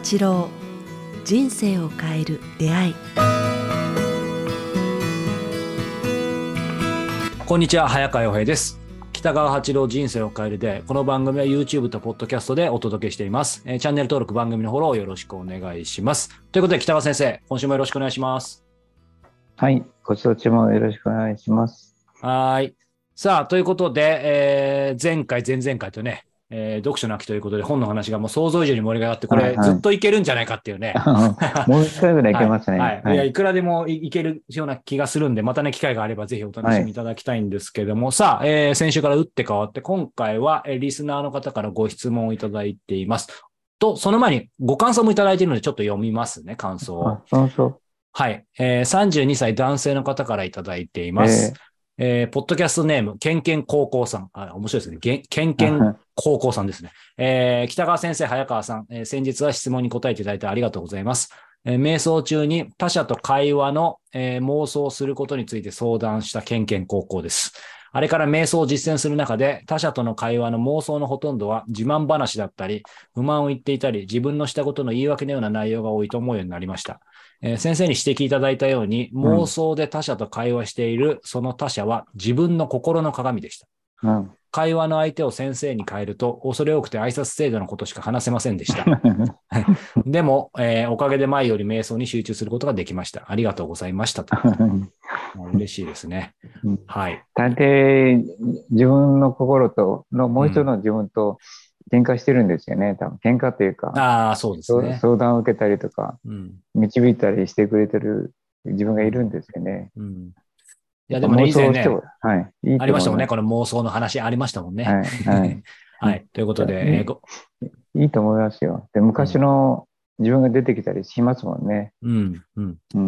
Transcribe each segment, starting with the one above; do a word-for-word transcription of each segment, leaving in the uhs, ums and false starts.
八郎、人生を変える出会い。 こんにちは、早川洋平です。北川八郎、人生を変える出会い。この番組は YouTube と Podcast でお届けしています。えー、チャンネル登録、番組のフォローよろしくお願いします。ということで、北川先生、今週もよろしくお願いします。 はい、ご承知もよろしくお願いします。 はい。さあ、ということで、えー、前回、前々回とね、えー、読書の秋ということで本の話がもう想像以上に盛り上がって、これずっといけるんじゃないかっていうね。 はい、もう一回ぐらいいけますね。 はい。はい。いや、いくらでもいけるような気がするんで、またね、機会があればぜひお楽しみいただきたいんですけども、はい、さあ、えー、先週から打って変わって、今回は、えー、リスナーの方からご質問をいただいています。と、その前にご感想もいただいているので、ちょっと読みますね、感想を。 あ、そうそう。 はい。えー、さんじゅうにさい男性の方からいただいています。えーえー、ポッドキャストネーム、ケンケン高校さん。あ、面白いですね。ケンケン高校さんですね。えー、北川先生、早川さん、えー、先日は質問に答えていただいてありがとうございます。えー、瞑想中に他者と会話の、えー、妄想をすることについて相談したケンケン高校です。あれから瞑想を実践する中で、他者との会話の妄想のほとんどは自慢話だったり、不満を言っていたり、自分のしたことの言い訳のような内容が多いと思うようになりました。えー、先生に指摘いただいたように、妄想で他者と会話しているその他者は自分の心の鏡でした。うん、会話の相手を先生に変えると、恐れ多くて挨拶程度のことしか話せませんでした。でも、えー、おかげで前より瞑想に集中することができました。ありがとうございましたと。嬉しいですね。はい。 大抵、自分の心との、もう一度の自分と喧嘩してるんですよね。多分喧嘩というか、 ああ、そうですね。 相談を受けたりとか、うん、導いたりしてくれてる自分がいるんですよね。うん、 いや、でもね、以前ね、 はい、いいありましたもんね。この妄想の話ありましたもんね。 はい。はい。 はい、ということで、 いい、いいと思いますよ。で、昔の自分が出てきたりしますもんね。うん。うん。うん。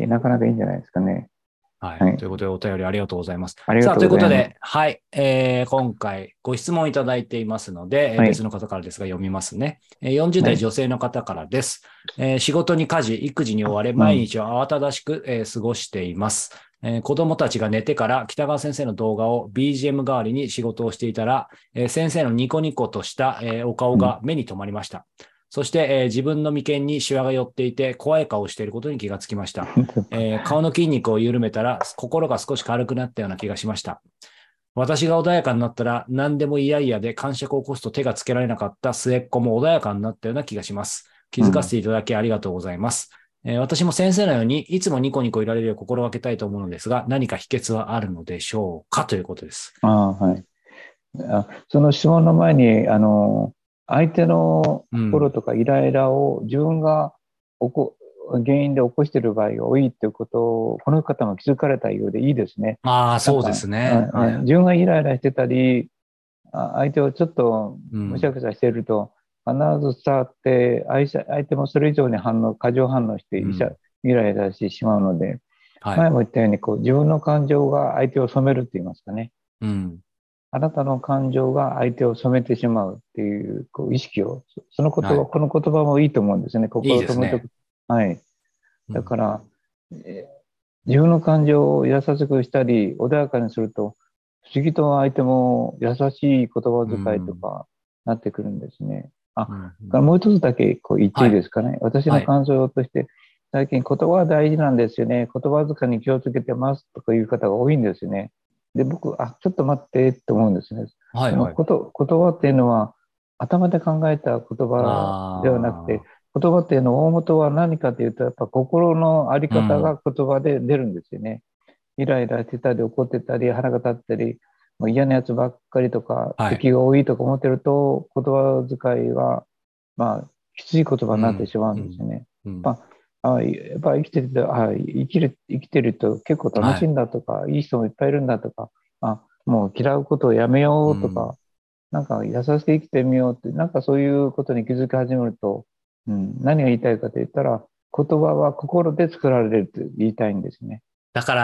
なかなかいいんじゃないですかね。 はい。はい、ということで、お便りありがとうございます。 ありがとうございます。 さあ、ということで、はい。えー、今回ご質問いただいていますので、はい、別の方からですが読みますね。よんじゅう代女性の方からです。はい、えー、仕事に家事、育児に追われ、毎日を慌ただしく、えー、過ごしています。えー、子供たちが寝てから北川先生の動画を ビージーエム 代わりに仕事をしていたら、えー、先生のニコニコとした、えー、お顔が目に留まりました。うん、そして、えー、自分の眉間にシワが寄っていて怖い顔をしていることに気がつきました。えー、顔の筋肉を緩めたら心が少し軽くなったような気がしました。私が穏やかになったら何でも嫌々で感触を起こすと手がつけられなかった末っ子も穏やかになったような気がします。気づかせていただきありがとうございます。うん、えー、私も先生のようにいつもニコニコいられるよう心がけたいと思うのですが、何か秘訣はあるのでしょうかということです。 あ、はい。あ、その質問の前に、あの、相手の心とかイライラを自分が起こ、うん、原因で起こしている場合が多いということを、この方も気づかれたようでいいですね。 ああ、そうですね。 はい、自分がイライラしてたり、相手をちょっとむしゃくしゃしていると、うん、必ず伝わって、相手もそれ以上に反応、過剰反応してイライラしてしまうので、はい、前も言ったようにこう、自分の感情が相手を染めるって言いますかね。うん、あなたの感情が相手を染めてしまうっていう、こう意識を、その言葉、はい、この言葉もいいと思うんですね。心ともと、はい。だから、うん、えー、自分の感情を優しくしたり、穏やかにすると、不思議と相手も優しい言葉遣いとかなってくるんですね。うん、あ、うん、もう一つだけこう言っていいですかね。はい、私の感想として、最近言葉は大事なんですよね。言葉遣いに気をつけてますとかいう方が多いんですよね。で、僕、あ、ちょっと待ってって思うんですね。はいはい、このこと、言葉っていうのは頭で考えた言葉ではなくて、言葉っていうの大元は何かというと、やっぱ心のあり方が言葉で出るんですよね。うん、イライラしてたり、怒ってたり、腹が立ったり、もう嫌なやつばっかりとか、はい、敵が多いとか思ってると、言葉遣いは、まあ、きつい言葉になってしまうんですよね。うんうん、まあ、あ、やっぱり生きてると、あ、生きる、生きてると結構楽しいんだとか、はい、いい人もいっぱいいるんだとか、あ、もう嫌うことをやめようとか、うん、なんか優しく生きてみようって、なんかそういうことに気づき始めると、うん、何が言いたいかと言ったら、言葉は心で作られると言いたいんですね。 だから、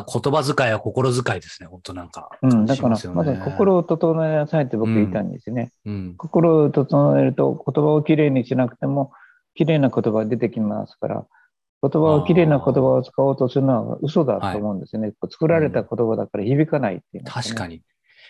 言葉遣いは心遣いですね、本当なんか、 ね。うん、だから、まず心を整えなさいって僕言いたいんですね。うんうん、心を整えると、言葉をきれいにしなくても、きれいな言葉が出てきますから、言葉をきれいな言葉を使おうとするのは嘘だと思うんですね。はい、作られた言葉だから響かないって言いますね。 確かに。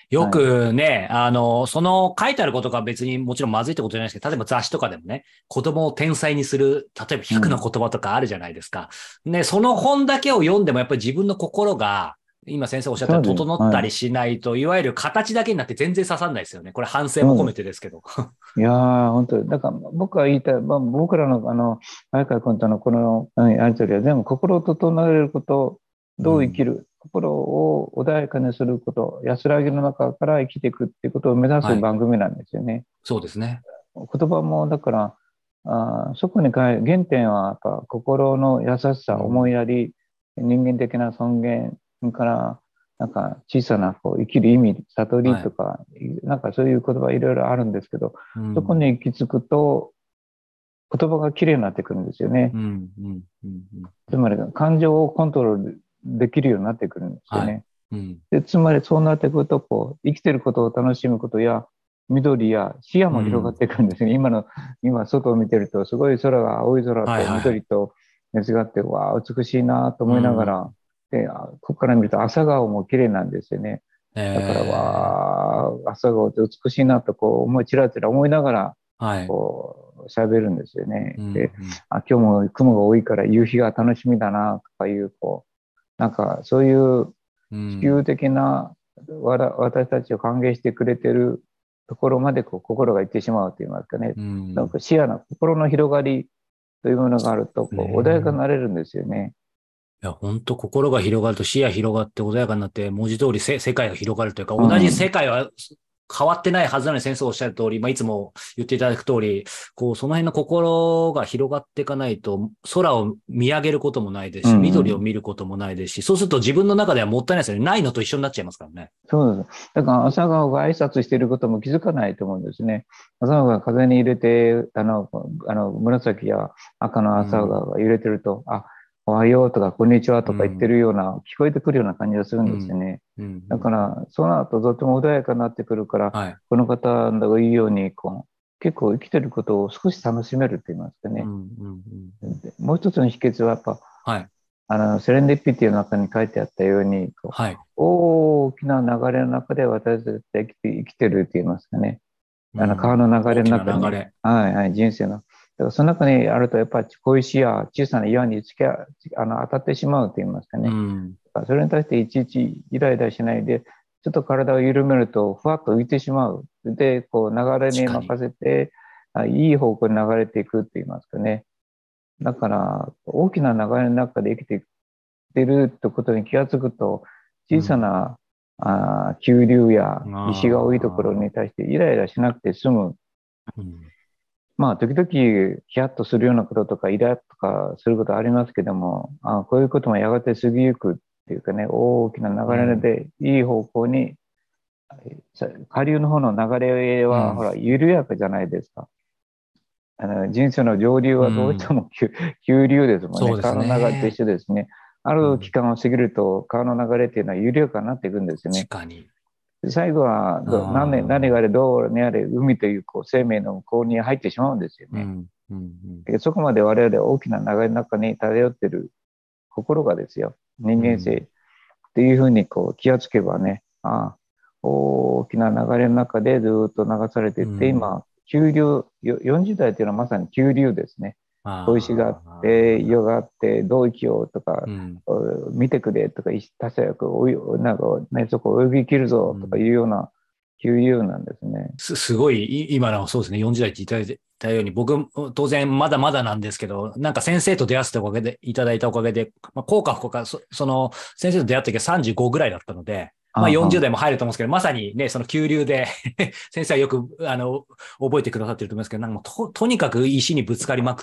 よくね、はい、あの、その書いてあることが別にもちろんまずいってことじゃないですけど、例えば雑誌とかでもね、子供を天才にする、例えばひゃくの言葉とかあるじゃないですか。うん、ね、その本だけを読んでもやっぱり自分の心が、今先生おっしゃったように整ったりしないと、はい、いわゆる形だけになって全然刺さんないですよね。これ反省も込めてですけど。 いやー、本当だから僕が言いたい、まあ、僕らのあの、早川君とのこのやりとりは全部心を整えること、どう生きる、うん、心を穏やかにすること、安らぎの中から生きていくっていうことを目指す番組なんですよね。はい、 そうですね。 言葉も、だから、あそこに原点はやっぱ心の優しさ、思いやり、うん、人間的な尊厳から、なんか小さなこう生きる意味、悟りとか、はい、なんかそういう言葉いろいろあるんですけど、うん、そこに行き着くと、言葉が綺麗になってくるんですよね。うんうんうんうん、つまり感情をコントロールできるようになってくるんですよね。はい、うん、でつまりそうなってくるとこう、生きてることを楽しむことや、緑や視野も広がってくるんですね。うん、今の、今外を見てると、すごい空が青い空と緑と熱があって、はいはい、わあ、美しいなと思いながら、うん、で、ここから見ると朝顔も綺麗なんですよね。だから、わあ、朝顔って美しいなとこう思い、ちらちら思いながら、こう、喋るんですよね。はい、で、あ、今日も雲が多いから夕日が楽しみだな、とかいう、こう、なんかそういう地球的な、わら私たちを歓迎してくれてるところまでこう心がいってしまうといいますかね。うん、なんか視野の心の広がりというものがあると、こう穏やかになれるんですよね。 いや、本当心が広がると視野広がって穏やかになって、文字通りせ世界が広がるというか、同じ世界は変わってないはずなのに先生おっしゃる通り、まあ、いつも言っていただく通り、こう、その辺の心が広がっていかないと、空を見上げることもないですし、緑を見ることもないですし、そうすると自分の中ではもったいないですよね。ないのと一緒になっちゃいますからね。 そうです。だから朝顔が挨拶していることも気づかないと思うんですね。朝顔が風に揺れて、あの、あの紫や赤の朝顔が揺れてると、うん、あ、おはようとか、こんにちはとか言ってるような、うん、聞こえてくるような感じがするんですよね。うんうん、だから、その後とても穏やかになってくるから、はい、この方が言うようにこう、結構生きてることを少し楽しめるって言いますかね。うんうんうん、もう一つの秘訣はやっぱ、はい、あのセレンディピティの中に書いてあったように、こうはい、大きな流れの中で私たちは生きて、生きてるって言いますかね。あの川の流れの中に、はいはい、人生の。だからその中にあると、やっぱり小石や小さな岩につけあの当たってしまうと言いますかね。うん、それに対していちいちイライラしないで、ちょっと体を緩めると、ふわっと浮いてしまう。で、こう流れに任せて、いい方向に流れていくって言いますかね。だから、大きな流れの中で生きていってるってことに気がつくと、小さな、うん、あ急流や石が多いところに対してイライラしなくて済む。うん、まあ、時々、ヒヤッとするようなこととか、イラッとかすることありますけども、あこういうこともやがて過ぎゆくっていうかね、大きな流れでいい方向に、うん、下流の方の流れは、うん、ほら、緩やかじゃないですか。あの人生の上流はどうしても、うん、急流ですもんね。ね川の流れと一緒ですね。ある期間を過ぎると、川の流れっていうのは緩やかになっていくんですよね。 確かに。 最後は何年、何があれ、どうにあれ、海というこう生命の向こうに入ってしまうんですよね。うんうんうん、そこまで我々は大きな流れの中に漂っている心がですよ、人間性っていうふうにこう気がつけばね、ああ大きな流れの中でずっと流されていって、うん、今、急流、よんじゅう代というのはまさに急流ですね。小石があって、岩があって、どう生きようとか、うん、見てくれとか、他者役を、なんかね、そこを泳ぎ切るぞとかいうような急流なんですね。 す、すごい、今のそうですね、よんじゅう代っていただいたように、僕、当然まだまだなんですけど、なんか先生と出会わせておかげで、いただいたおかげで、まあ、効果不効果、そ, その、先生と出会った時はさんじゅうごぐらいだったので、まあよんじゅう代も入ると思うんですけど、まさにね、その急流で先生はよく、あの、覚えてくださってると思いますけど、なんかもうと、とにかく石にぶつかりまくって。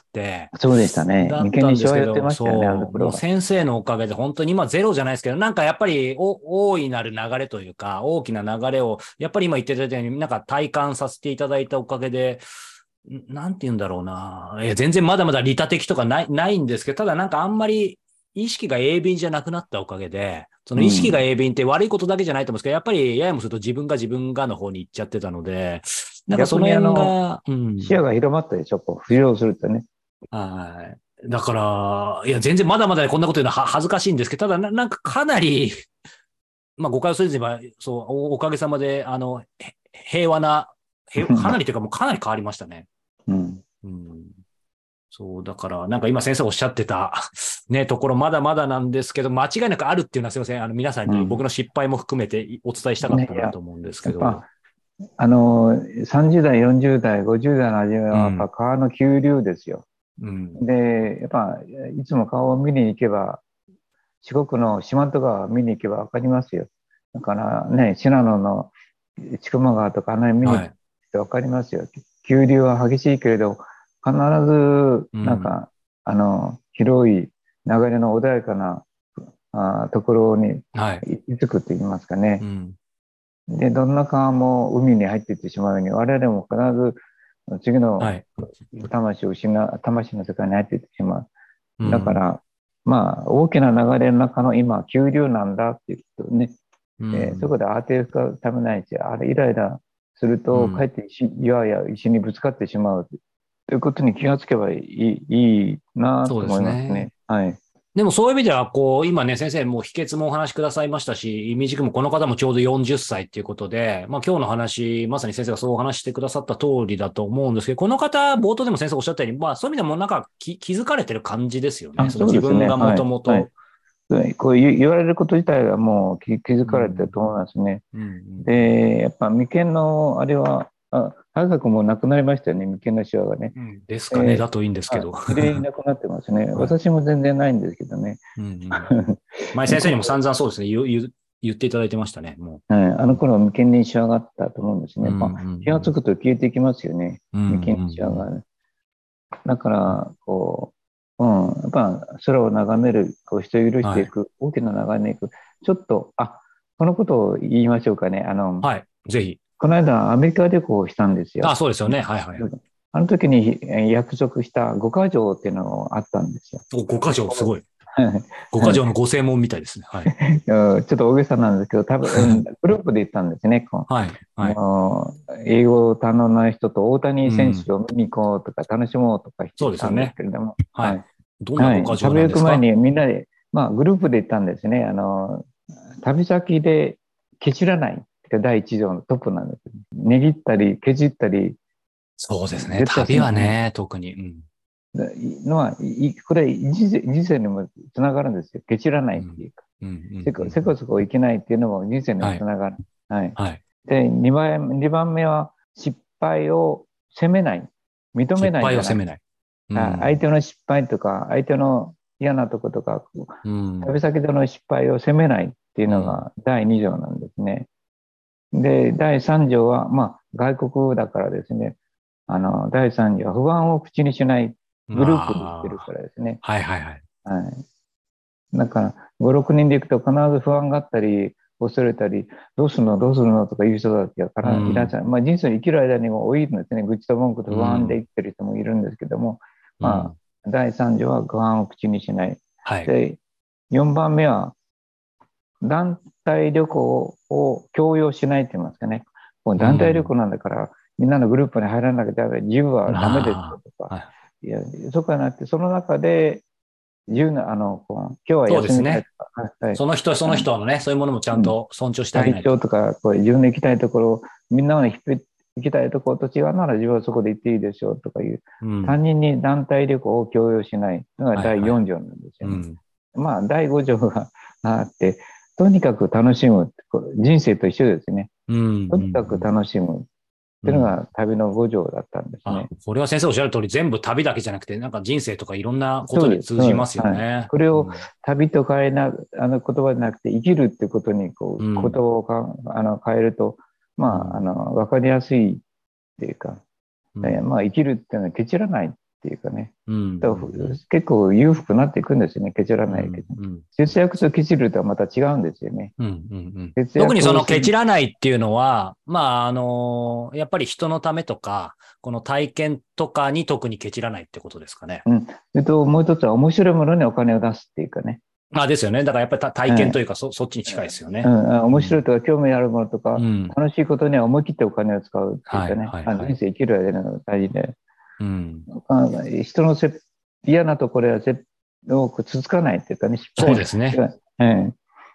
そうでしたね。 だったんですけど、そう、もう先生のおかげで本当に今ゼロじゃないですけど、なんかやっぱりお大いなる流れというか、大きな流れを、やっぱり今言っていただいたように、なんか体感させていただいたおかげで、なんて言うんだろうな。いや、全然まだまだ利他的とかない、ないんですけど、ただなんかあんまり、意識が鋭敏じゃなくなったおかげで、その意識が鋭敏って悪いことだけじゃないと思うんですけど、やっぱりややもすると自分が自分がの方に行っちゃってたので、なんかその辺が、 うん、視野が広まったでしょ、こう浮上するとね。 はい。だから、いや、全然まだまだこんなこと言うのは恥ずかしいんですけど、ただな、なんかかなりまあ誤解をせずに言えば、そう、お、おかげさまで、あの、へ平和な、へかなりというかもうかなり変わりましたね。 うん。 うん、そう、だから、なんか今先生おっしゃってた、ね、ところまだまだなんですけど、間違いなくあるっていうのはすいません。あの、皆さんうん。 に僕の失敗も含めてお伝えしたかっね、 たいや、 なと思うんですけど。 やっぱ、あの、さんじゅう代、よんじゅう代、ごじゅう代の初めは、やっぱうん。 川の急流ですよ。 うん。 で、やっぱ、いつも川を見に行けば、四国の四万十川を見に行けばわかりますよ。だからね、信濃の千曲川とかあの辺見に行っはい。 てわかりますよ。急流は激しいけれど、必ず、 うん。 なんか、あの、広い流れの穏やかなあところにはい。 居つくと言いますかね。 うん。 で、どんな川も海に入っていってしまうように、我々も必ず次のはい。 魂を失う、魂の世界に入っていってしまう。 うん。 だから、まあ、大きな流れの中の今、急流なんだっていうことね、 うえーそこん。 で当てるためないし、あれ、イライラすると、かえうん。 って石岩や石にぶつかってしまうということに気がつけばいい、いいなそうでと思いますすね。 ね。はい。 でもそういう意味では、こう、今ね、先生もう秘訣もお話しくださいましたし、イミジクもこの方もちょうどよんじゅっさいっていうことで、まあ今日の話、まさに先生がそうお話してくださった通りだと思うんですけど、この方、冒頭でも先生おっしゃったように、まあそういう意味でもなんか気気づかれてる感じですよね。 あ、 そのそうですね。 自分がもはい。 ともと。 はい。こう言言われること自体がもう気気づかれてるうん。 と思いますね。 うん。 で、やっぱ眉間のあれは、あ、早くもうなくなりましたよね、眉間のシワがね。 うん。うんですかね。 えだといいんですー、あ、 けど。 綺麗になくなってますね。 はい。 私も全然ないんですけどね。 うん。うん。前先生にも散こ 々そうですね、言う、言う、言っていただいてましたね、もう、はい、あう。うん。 の頃は眉間にシワがあったと思うんですうん。 ね。まあ、 うん。 気がつくと消えていきますよね。 うん。うん。 眉間にシワうん。 がね。だから、こう、うん、やっぱ空を眺める、こう人を許しはい。 ていく、大きな流れに行く。ちょっと、あ、このことを言いましょうかね。あの、 はい。ぜひ。 この間アメリカ旅行をしたんですあ、 よ。 そうですよね。はいはいはい。 あの時にえ約束した五箇条っていうのがあったんですよ。 お、ご箇条、すごい。ご箇条のご専門みたいですね。はい。 ちょっと大げさなんですけど、多分、グループで行ったんですね。こはい。 うはい。 もう英語を堪能な人と大谷選うん。 手を見に行こうとか楽しもうとかして行ったんですそうですよね。 けれども、 はい。 はい。 どんなはい。 ご箇条食べなんですか？ 行く前にみんなで、まあ、グループで行ったんですね。あの、旅先でケチらないが第一条のトップなんです。値切ったり、ケチったり、 そうですね。 絶対し旅ない。 はね、特に。うん。 のは、いこれ人生、人生にもつながるんですよ。ケチらなうん。 いっていうか、 うん。うん。うせこせこん。 せこ生きないっていうのも人生にもはい。 つながる。はい。 はい。 で、にばん、にばんめは失敗を責めない。認め失ないんじゃない。 敗を責めない。うあ相ん。 手の失敗とか、相手の嫌なとことか、 うん。 旅先での失敗を責めないっていううん。 のがだいに条なんですね。で、だいさん条は、まあ、外国だからですね、あの、だいさん条は不安を口にしないグループで行ってるかああ。 らですね。 はいはいはい。 はい。だから、ご、ろくにんで行くと必ず不安があったり、恐れたり、どうするの、どうするのとかいう人たちがかうん。 らいらっしゃる。まあ、人生を生きる間にも多いんですね。愚痴と文句と不安でうん。 生きてる人もいるんですけども、まうん。 あ、だいさん条は不安を口にしない。 はい。 で、よんばんめは、団体旅行を強要しないって言いますかね。もうう団体旅ん。 行なんだから、みんなのグループに入らなきゃダメ、自由はダメですあよとか。 あ。はい。 いや、そうかなって、その中で、自由な、あの、こう今日はそうで休みたいすね。 とか、はいはい、 その人その人のね、そういうものもちゃんうん、 と尊重してあげな体いと。 調とか、こう自分の行きたいところ、みんなが行きたいところと違うなら自分はそこで行っていいでしょうとかいう、 うん。 他人に団体旅行を強要しないのがだいはいはい。 よん条なんですよね。 うん。 まあ、だいご条があって、とにかく楽しむ。人生と一緒ですね。 うん。うん。 とにかくうん。 楽しむ。っていうのうん。 が旅のご条だったんですあ、 ね。 これは先生おっしゃる通り、全部旅だけじゃなくて、なんか人生とかいろんなことにそうです、そうです。 通じますよはい。 ね。 これをうん。 旅と変えな、あの言葉じゃなくて、生きるってことに、こう、言うん。 葉をかあの変えると、まあ、あうん。 の、わかりやすいっていうか、 うん。 えーまあ、生きるっていうのはケチらないっていうかね。 うん。うだからん。 結構裕福になっていくんですよね、ケチらうん。 ないけど。 うん。 節約とケチるとはまた違うんですよね。 うん。うん。 節特にそ約する。 のケチらないっていうのは、まあ、あの、やっぱり人のためとか、この体験とかに特にケチらないってことですかね。 うん。それと、もう一つは面白いものにお金を出すっていうかね。 あ、ですよね。だからやっぱりた体はい。 験というか、そ、そっちに近いですよね。 うん、面白いうん。 とか興味あるものとか、 うん。 楽しいことには思い切ってお金を使うっていうはい、 かね、 はい、 あのはい。 人生生きる上での大事で、 うん。 あ人のせ嫌なところやせ多くつつかないっていうかね、失そう敗ですね。 が、うん、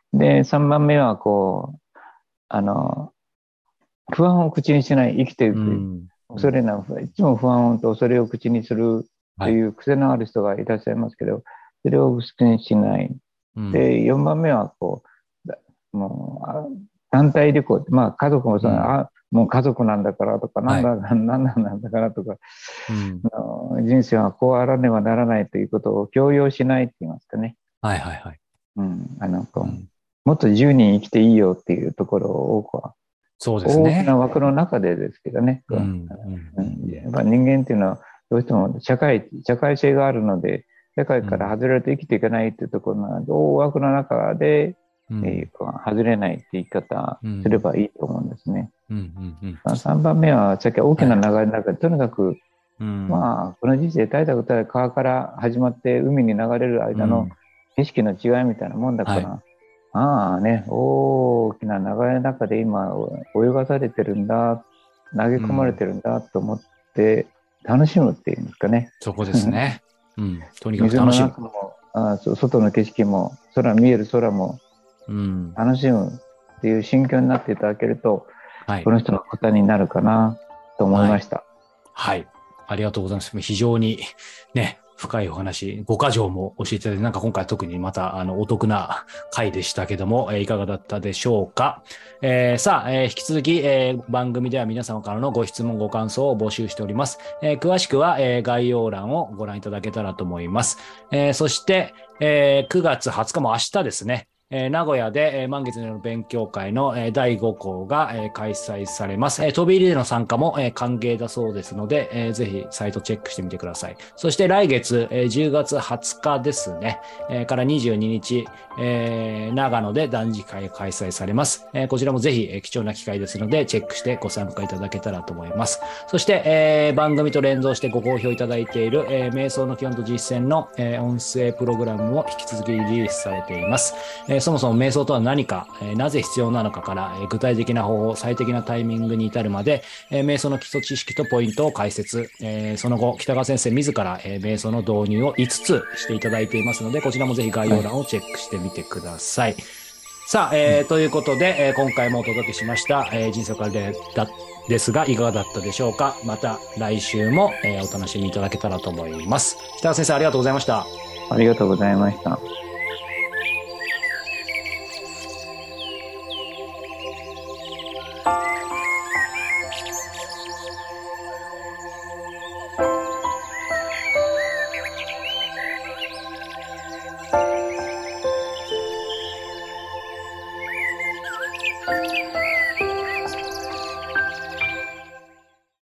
で、さんばんめは、こう、あの、不安を口にしない、生きていく、うん、恐れない、いつも不安と恐れを口にするという癖のある人がいらっしゃいますけど、はい、それを口にしない。うん、で、よんばんめは、こう、もう、団体旅行、まあ、家族もその、うん、あ、もう家族なんだからとか、なんだ、はい、なんなんだからとか、うん、人生はこうあらねばならないということを強要しないって言いますかね。 はいはいはい。 うん、あの、こう、うん、もっと自由に生きていいよっていうところを、こう、 そうですね。 大きな枠の中でですけどね。うんうんうん、やっぱ人間っていうのは、どうしても社会、社会性があるので、社会から外れると生きていけないっていうところなので、大枠の中で、うんえー、外れないって言い方すればいいと思うんですね。さんばんめは、さっき大きな流れの中で、とにかく、うん、まあ、この人生大たた川から始まって海に流れる間の景色の違いみたいなもんだから、はい、ああね、大きな流れの中で今泳がされてるんだ、投げ込まれてるんだと思って楽しむっていうんですかね。 そこですね。うん、とにかく楽しむ。 水の中もあ外の景色も空見える空も楽しむっていう心境になっていただけると、はい、この人の方になるかなと思いました。 はい、はい、ありがとうございます。非常にね。深いお話、ごか条も教えていただいて、なんか今回特にまたあのお得な回でしたけども、えー、いかがだったでしょうか。えー、さあ、えー、引き続き、えー、番組では皆様からのご質問、ご感想を募集しております。えー、詳しくは、えー、概要欄をご覧いただけたらと思います。えー、そして、えー、くがつはつかも明日ですね。えー、名古屋で、えー、満月の勉強会の、えー、だいごこうが、えー、開催されます。えー、飛び入りでの参加も、えー、歓迎だそうですので、えー、ぜひサイトチェックしてみてください。そして来月、えー、じゅうがつはつかですね、えー、からにじゅうににち、えー、長野で男児会開催されます。えー、こちらもぜひ、えー、貴重な機会ですので、チェックしてご参加いただけたらと思います。そして、えー、番組と連動してご好評いただいている、えー、瞑想の基本と実践の、えー、音声プログラムも引き続きリリースされています。えーそもそも瞑想とは何か、えー、なぜ必要なのかから、えー、具体的な方法、最適なタイミングに至るまで、えー、瞑想の基礎知識とポイントを解説、えー、その後、北川先生自ら、えー、瞑想の導入をいつつしていただいていますので、こちらもぜひ概要欄をチェックしてみてください。はい、さあ、えーうん、ということで、えー、今回もお届けしました、えー、人生からでだですが、いかがだったでしょうか。また来週も、えー、お楽しみいただけたらと思います。北川先生、ありがとうございました。 ありがとうございました。